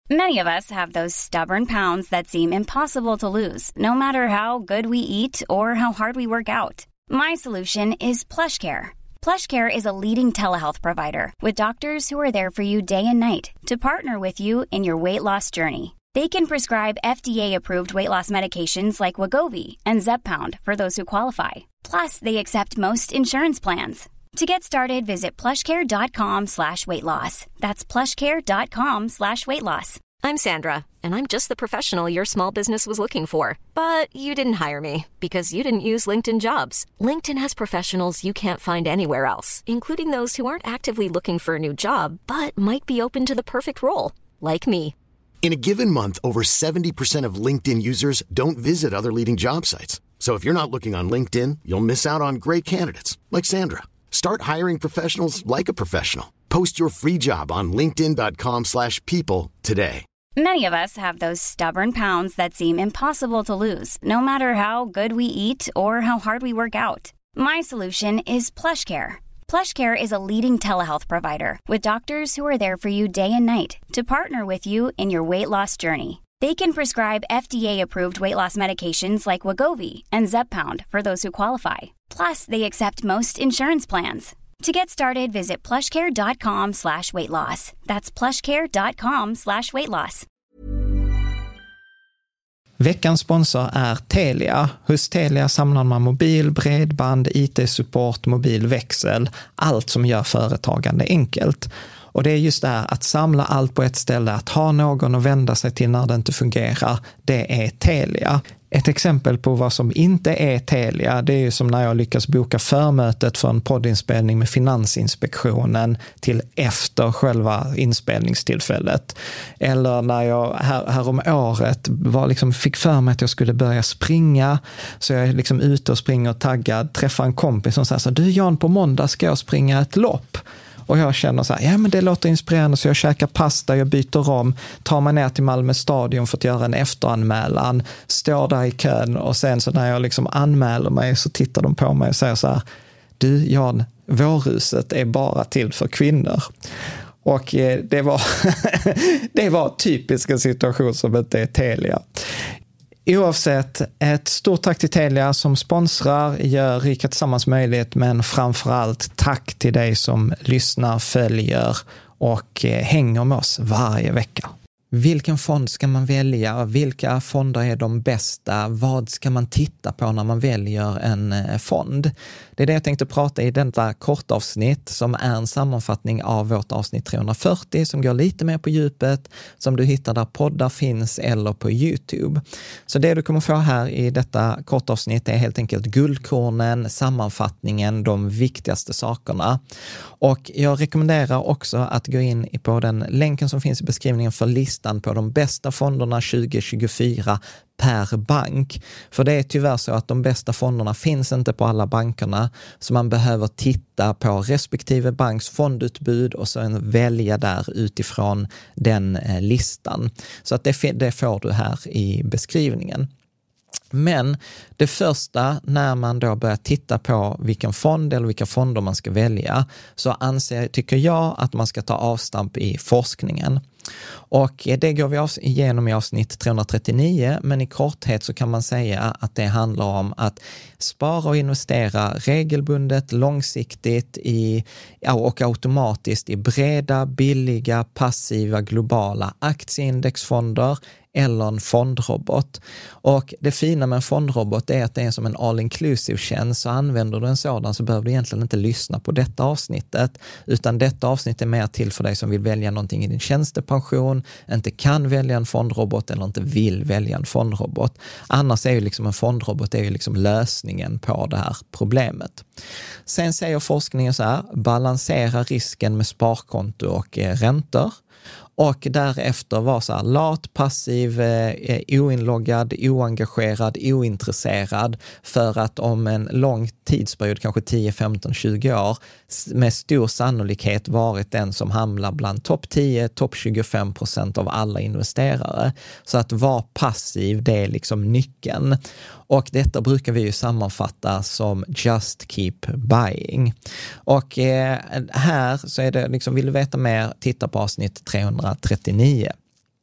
Many of us have those stubborn pounds that seem impossible to lose, no matter how good we eat or how hard we work out. My solution is PlushCare. PlushCare is a leading telehealth provider with doctors who are there for you day and night to partner with you in your weight loss journey. They can prescribe FDA-approved weight loss medications like Wegovy and Zepbound for those who qualify. Plus, they accept most insurance plans. To get started, visit plushcare.com/weightloss. That's plushcare.com/weightloss. I'm Sandra, and I'm just the professional your small business was looking for. But you didn't hire me because you didn't use LinkedIn Jobs. LinkedIn has professionals you can't find anywhere else, including those who aren't actively looking for a new job, but might be open to the perfect role, like me. In a given month, over 70% of LinkedIn users don't visit other leading job sites. So if you're not looking on LinkedIn, you'll miss out on great candidates like Sandra. Start hiring professionals like a professional. Post your free job on linkedin.com/people today. Many of us have those stubborn pounds that seem impossible to lose, no matter how good we eat or how hard we work out. My solution is PlushCare. PlushCare is a leading telehealth provider with doctors who are there for you day and night to partner with you in your weight loss journey. They can prescribe FDA-approved weight loss medications like Wegovy and Zepbound for those who qualify. Plus, they accept most insurance plans. To get started, visit plushcare.com/weightloss. That's plushcare.com/weightloss. Veckans sponsor är Telia. Hos Telia samlar man mobil, bredband, IT-support, mobilväxel, allt som gör företagande enkelt. Och det är just det här att samla allt på ett ställe, att ha någon att vända sig till när det inte fungerar, det är Telia. Ett exempel på vad som inte är Telia, det är ju som när jag lyckas boka förmötet för en poddinspelning med Finansinspektionen till efter själva inspelningstillfället. Eller när jag här om året fick för mig att jag skulle börja springa, så jag är liksom ute och springer och taggad, träffar en kompis som säger så: du Jan, på måndag ska jag springa ett lopp. Och jag känner så här, ja men det låter inspirerande, så jag käkar pasta, jag byter om, tar mig ner till Malmö stadion för att göra en efteranmälan, står där i kön, och sen så när jag liksom anmäler mig så tittar de på mig och säger så här: du Jan, vårhuset är bara till för kvinnor. Och det var typisk en situation som inte är Telia. Oavsett, ett stort tack till Telia som sponsrar, gör Rika Tillsammans möjligt, men framförallt tack till dig som lyssnar, följer och hänger med oss varje vecka. Vilken fond ska man välja? Vilka fonder är de bästa? Vad ska man titta på när man väljer en fond? Det är det jag tänkte prata i detta kortavsnitt som är en sammanfattning av vårt avsnitt 340 som går lite mer på djupet, som du hittar där poddar finns eller på YouTube. Så det du kommer få här i detta kortavsnitt är helt enkelt guldkornen, sammanfattningen, de viktigaste sakerna. Och jag rekommenderar också att gå in på den länken som finns i beskrivningen för listan på de bästa fonderna 2024 per bank. För det är tyvärr så att de bästa fonderna finns inte på alla bankerna, så man behöver titta på respektive banks fondutbud och sen välja där utifrån den listan. Så att det får du här i beskrivningen. Men det första, när man då börjar titta på vilken fond eller vilka fonder man ska välja, så tycker jag att man ska ta avstamp i forskningen. Och det går vi igenom i avsnitt 339, men i korthet så kan man säga att det handlar om att spara och investera regelbundet, långsiktigt och automatiskt i breda, billiga, passiva, globala aktieindexfonder eller en fondrobot. Och det fina med en fondrobot är att det är som en all-inclusive tjänst, så använder du en sådan så behöver du egentligen inte lyssna på detta avsnittet, utan detta avsnitt är mer till för dig som vill välja någonting i din tjänstepension, inte kan välja en fondrobot eller inte vill välja en fondrobot. Annars är ju liksom en fondrobot är ju liksom lösningen på det här problemet. Sen säger forskningen så här: balansera risken med sparkonto och räntor. Och därefter var så här lat, passiv, oinloggad, oengagerad, ointresserad, för att om en lång tidsperiod, kanske 10, 15, 20 år, med stor sannolikhet varit den som hamnar bland topp 10, topp 25% av alla investerare. Så att vara passiv, det är liksom nyckeln. Och detta brukar vi ju sammanfatta som just keep buying. Och här så är det liksom, vill du veta mer, titta på avsnitt 339.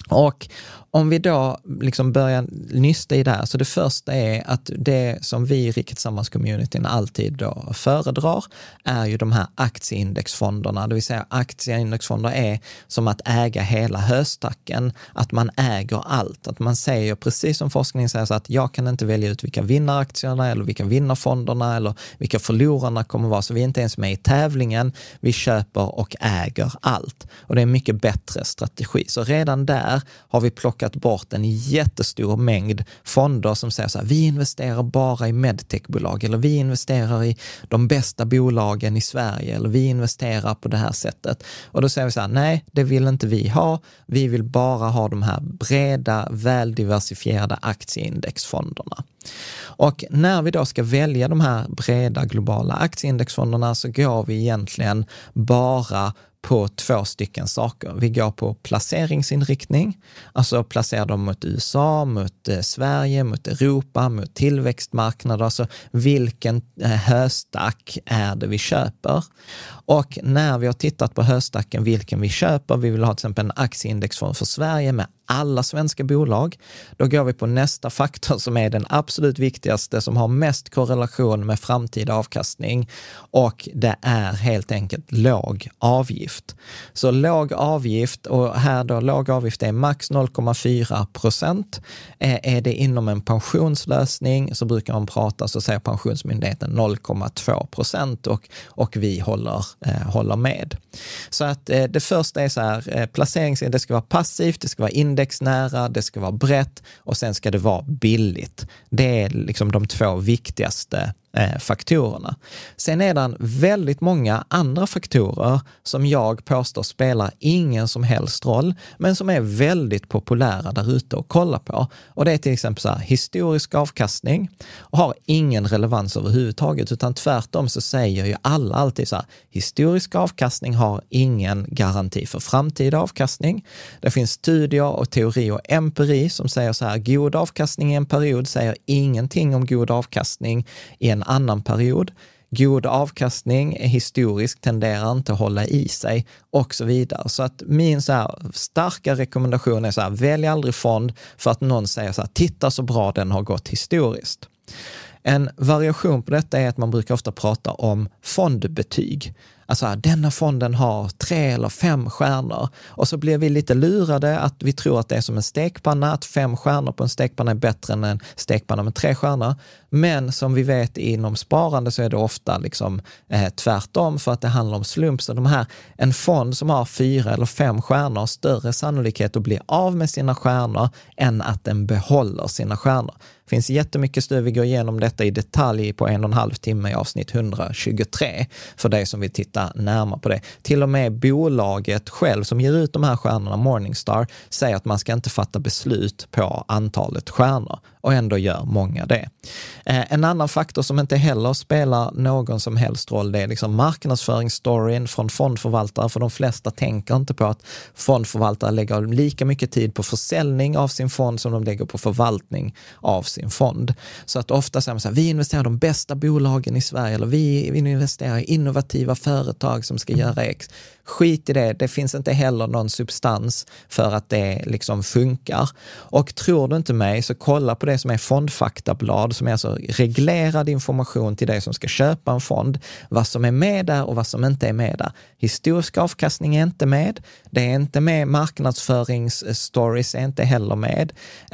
Och om vi då liksom börjar nysta i det här, så det första är att det som vi i Rikets Sammans-communityn alltid då föredrar är ju de här aktieindexfonderna. Det vill säga aktieindexfonder är som att äga hela höstacken, att man äger allt. Att man säger, precis som forskningen säger, så att jag kan inte välja ut vilka vinnaraktierna eller vilka vinnarfonderna eller vilka förlorarna kommer vara. Så vi är inte ens med i tävlingen, vi köper och äger allt. Och det är en mycket bättre strategi. Så redan där har vi plockat bort en jättestor mängd fonder som säger så här, vi investerar bara i medtechbolag eller vi investerar i de bästa bolagen i Sverige eller vi investerar på det här sättet. Och då säger vi så här, nej, det vill inte vi ha. Vi vill bara ha de här breda, väldiversifierade aktieindexfonderna. Och när vi då ska välja de här breda globala aktieindexfonderna så går vi egentligen bara på 2 stycken saker. Vi går på placeringsinriktning, alltså placerar dem mot USA, mot Sverige, mot Europa, mot tillväxtmarknader, alltså vilken höstack är det vi köper. Och när vi har tittat på höstacken, vilken vi köper, vi vill ha till exempel en aktieindexfond för Sverige med alla svenska bolag, då går vi på nästa faktor som är den absolut viktigaste, som har mest korrelation med framtida avkastning, och det är helt enkelt låg avgift. Så låg avgift, och här då låg avgift är max 0,4%. Är det inom en pensionslösning så brukar man prata, så säger Pensionsmyndigheten 0,2% och vi håller med. Så att det första är så här, placering, det ska vara passivt, det ska vara indexnära, det ska vara brett och sen ska det vara billigt. Det är liksom de 2 viktigaste faktorerna. Sen är det väldigt många andra faktorer som jag påstår spelar ingen som helst roll, men som är väldigt populära där ute att kolla på. Och det är till exempel så här, historisk avkastning och har ingen relevans överhuvudtaget, utan tvärtom så säger ju alla alltid så här, historisk avkastning har ingen garanti för framtida avkastning. Det finns studier och teori och empiri som säger så här, god avkastning i en period säger ingenting om god avkastning i en annan period. God avkastning historiskt tenderar inte att hålla i sig och så vidare. Så att min så här starka rekommendation är så här, välj aldrig fond för att någon säger så här, titta så bra den har gått historiskt. En variation på detta är att man brukar ofta prata om fondbetyg. Alltså denna fonden har 3 eller 5 stjärnor. Och så blir vi lite lurade att vi tror att det är som en stekpanna, att 5 stjärnor på en stekpanna är bättre än en stekpanna med 3 stjärnor. Men som vi vet inom sparande så är det ofta liksom, tvärtom, för att det handlar om slump. Så en fond som har 4 eller 5 stjärnor har större sannolikhet att bli av med sina stjärnor än att den behåller sina stjärnor. Det finns jättemycket studier, vi går igenom detta i detalj på 1,5 timme i avsnitt 123 för dig som vill titta närmare på det. Till och med bolaget själv som ger ut de här stjärnorna, Morningstar, säger att man ska inte fatta beslut på antalet stjärnor, och ändå gör många det. En annan faktor som inte heller spelar någon som helst roll, det är liksom marknadsföringsstoryn från fondförvaltare, för de flesta tänker inte på att fondförvaltare lägger lika mycket tid på försäljning av sin fond som de lägger på förvaltning av sin fond. Så att ofta säger man så här, vi investerar i de bästa bolagen i Sverige, eller vi investerar i innovativa företag som ska göra X. Skit i det, det finns inte heller någon substans för att det liksom funkar. Och tror du inte mig, så kolla på det som är fondfaktablad, som är alltså reglerad information till dig som ska köpa en fond, vad som är med där och vad som inte är med där. Historisk avkastning är inte med, det är inte med, marknadsföringsstories är inte heller med,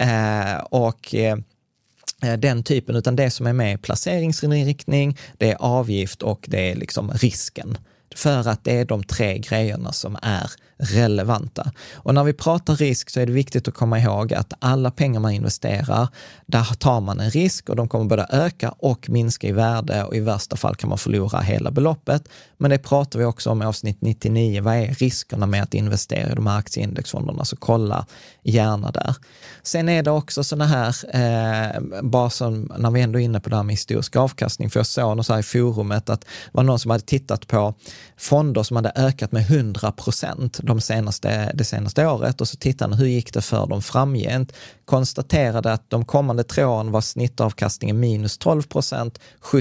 den typen, utan det som är med är placeringsinriktning, det är avgift och det är liksom risken. För att det är de 3 grejerna som är relevanta. Och när vi pratar risk så är det viktigt att komma ihåg att alla pengar man investerar, där tar man en risk och de kommer både öka och minska i värde, och i värsta fall kan man förlora hela beloppet. Men det pratar vi också om i avsnitt 99. Vad är riskerna med att investera i de här aktieindexfonderna? Så kolla gärna där. Sen är det också såna här, bara som när vi ändå är inne på det här med historisk avkastning, för jag såg något så här i forumet att det var någon som hade tittat på fonder som hade ökat med 100% det senaste året, och så tittade han hur gick det för dem framgent. Konstaterade att de kommande 3 åren var snittavkastningen minus 12%,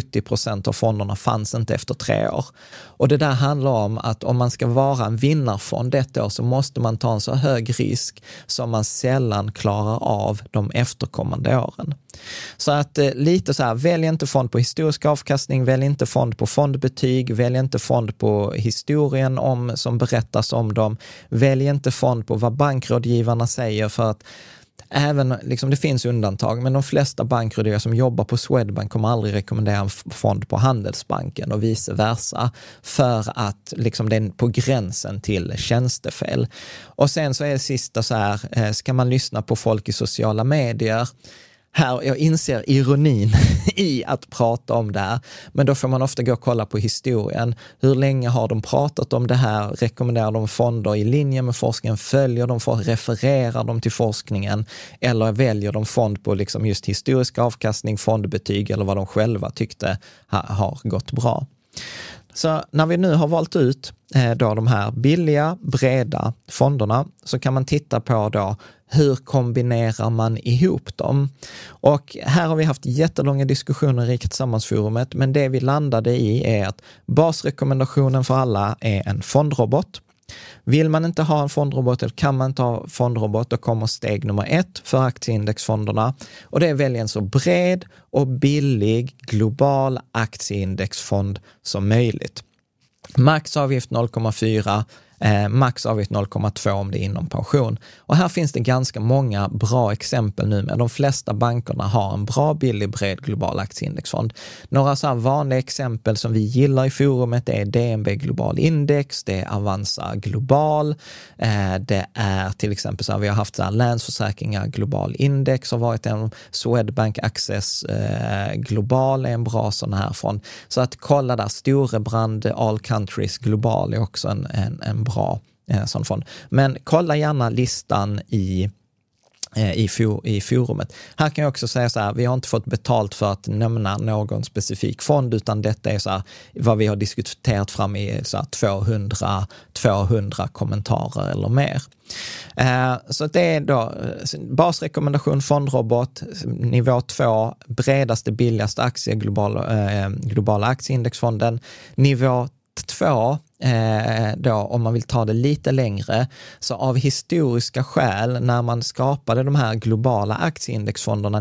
70% av fonderna fanns inte efter 3 år. Och det där handlar om att om man ska vara en vinnarfond ett år så måste man ta en så hög risk som man sällan klarar av de efterkommande åren. Så att lite så här, välj inte fond på historisk avkastning, välj inte fond på fondbetyg, välj inte fond på historien som berättas om dem, välj inte fond på vad bankrådgivarna säger, för att även, liksom, det finns undantag, men de flesta bankrådgivare som jobbar på Swedbank kommer aldrig rekommendera en fond på Handelsbanken och vice versa, för att liksom, det är på gränsen till tjänstefel. Och sen så är det sista så här, ska man lyssna på folk i sociala medier? Här, jag inser ironin i att prata om det här, men då får man ofta gå och kolla på historien. Hur länge har de pratat om det här? Rekommenderar de fonder i linje med forskningen? Följer de, refererar de till forskningen? Eller väljer de fond på liksom just historisk avkastning, fondbetyg eller vad de själva tyckte har gått bra? Så när vi nu har valt ut då de här billiga, breda fonderna, så kan man titta på då hur kombinerar man ihop dem. Och här har vi haft jättelånga diskussioner i Rika Tillsammans-forumet, men det vi landade i är att basrekommendationen för alla är en fondrobot. Vill man inte ha en fondrobot eller kan man inte ha fondrobot, då kommer steg nummer 1 för aktieindexfonderna, och det är välja en så bred och billig global aktieindexfond som möjligt. Max avgift 0,4, max avgift 0,2 om det är inom pension. Och här finns det ganska många bra exempel nu, med de flesta bankerna har en bra, billig, bred global aktieindexfond. Några så här vanliga exempel som vi gillar i forumet är DNB Global Index, det är Avanza Global, det är till exempel så här, vi har haft så här Länsförsäkringar Global Index har varit en, Swedbank Access Global är en bra sån här fond. Så att kolla där, Storebrand All Countries Global är också en bra sån fond. Men kolla gärna listan i forumet. Här kan jag också säga så här, vi har inte fått betalt för att nämna någon specifik fond, utan detta är så här, vad vi har diskuterat fram i så här 200 kommentarer eller mer. Så det är då basrekommendation fondrobot, nivå 2, bredaste, billigaste globala aktieindexfonden, nivå 2 då, om man vill ta det lite längre, så av historiska skäl, när man skapade de här globala aktieindexfonderna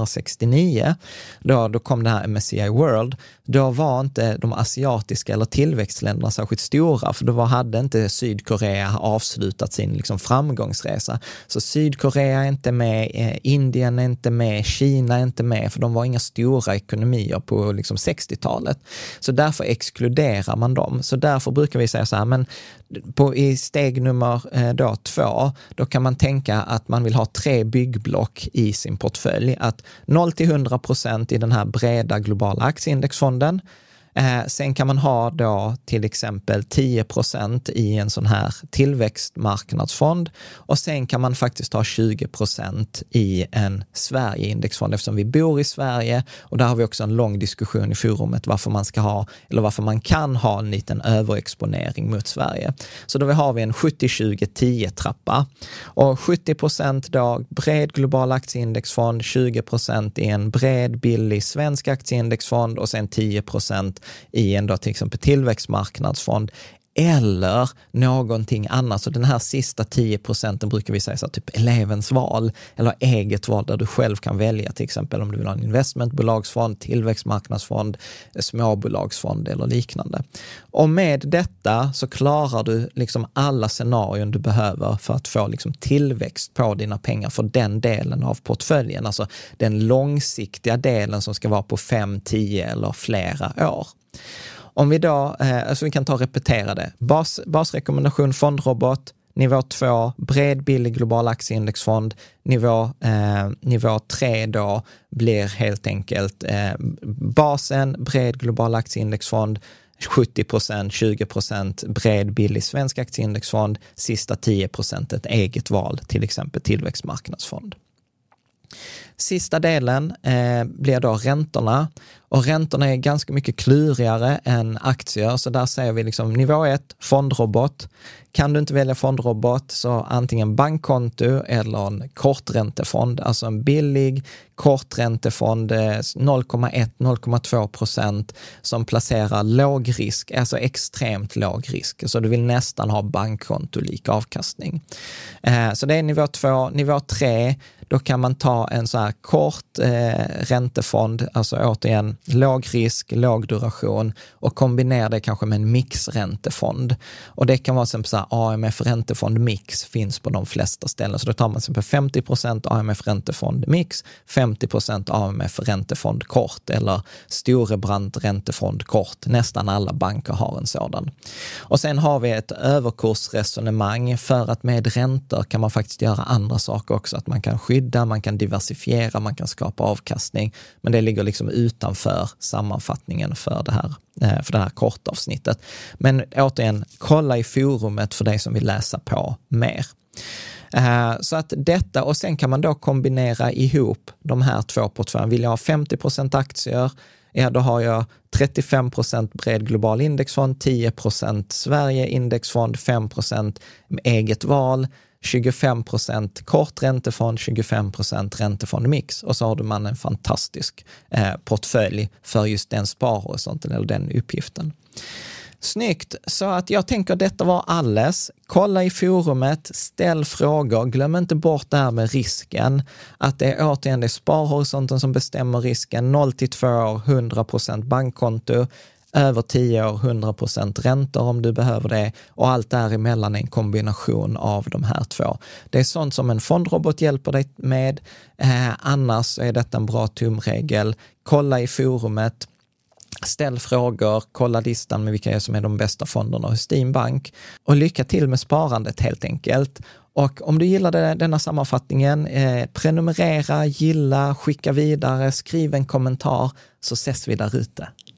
1969, då kom det här MSCI World, då var inte de asiatiska eller tillväxtländerna särskilt stora, för då hade inte Sydkorea avslutat sin liksom framgångsresa. Så Sydkorea är inte med, Indien är inte med, Kina är inte med, för de var inga stora ekonomier på liksom 60-talet. Så därför exkluderar man dem. Så därför brukar vi säga så här, men i steg nummer 2, då kan man tänka att man vill ha 3 byggblock i sin portfölj. Att 0-100% i den här breda globala aktieindexfonden. Sen kan man ha då till exempel 10% i en sån här tillväxtmarknadsfond, och sen kan man faktiskt ha 20% i en Sverige-indexfond, eftersom vi bor i Sverige, och där har vi också en lång diskussion i forumet varför man ska ha, eller varför man kan ha en liten överexponering mot Sverige. Så då har vi en 70-20-10-trappa, och 70% då bred global aktieindexfond, 20% i en bred billig svensk aktieindexfond, och sen 10% i en då till exempel tillväxtmarknadsfond eller någonting annat. Så den här sista 10% brukar vi säga så här, typ elevens val eller eget val, där du själv kan välja till exempel om du vill ha en investmentbolagsfond, tillväxtmarknadsfond, småbolagsfond eller liknande. Och med detta så klarar du liksom alla scenarion du behöver för att få liksom tillväxt på dina pengar för den delen av portföljen, alltså den långsiktiga delen som ska vara på 5, 10 eller flera år. Om vi då, alltså vi kan ta och repetera det. Basrekommendation fondrobot, nivå 2, bred billig global aktieindexfond, nivå 3 då blir helt enkelt basen, bred global aktieindexfond, 70%, 20% bred billig svensk aktieindexfond, sista 10% ett eget val, till exempel tillväxtmarknadsfond. Sista delen blir då räntorna. Och räntorna är ganska mycket klurigare än aktier. Så där säger vi liksom nivå 1, fondrobot. Kan du inte välja fondrobot så antingen bankkonto eller en korträntefond. Alltså en billig korträntefond 0,1-0,2% som placerar låg risk, alltså extremt låg risk. Så du vill nästan ha bankkonto lika avkastning. Så det är nivå 2. Nivå 3, då kan man ta en så här kort räntefond, alltså återigen låg risk, låg duration och kombinera det kanske med en mixräntefond. Och det kan vara som så här AMF räntefond mix finns på de flesta ställen. Så då tar man sig på 50% AMF räntefond mix, 50% AMF räntefond kort eller Storebrand räntefond kort. Nästan alla banker har en sådan. Och sen har vi ett överkursresonemang för att med räntor kan man faktiskt göra andra saker också. Att man kan skydda, man kan diversifiera, man kan skapa avkastning. Men det ligger liksom utanför sammanfattningen för det här kortavsnittet. Men återigen, kolla i forumet för dig som vill läsa på mer. Så att detta, och sen kan man då kombinera ihop de här två portföljerna. Vill jag ha 50% aktier, ja då har jag 35% bred global indexfond, 10% Sverige indexfond, 5% eget val, 25% kort räntefond, 25% räntefond mix, och så har man en fantastisk portfölj för just den sparhorisonten eller den uppgiften. Snyggt, så att jag tänker detta var alles. Kolla i forumet, ställ frågor, glöm inte bort det här med risken. Att det är återigen det sparhorisonten som bestämmer risken, 0-2 år 100% bankkonto, över 10 år 100% räntor om du behöver det, och allt däremellan är en kombination av de här två. Det är sånt som en fondrobot hjälper dig med, annars är detta en bra tumregel. Kolla i forumet, ställ frågor, kolla listan med vilka som är de bästa fonderna hos din bank, och lycka till med sparandet helt enkelt. Och om du gillade denna sammanfattningen, prenumerera, gilla, skicka vidare, skriv en kommentar, så ses vi där ute.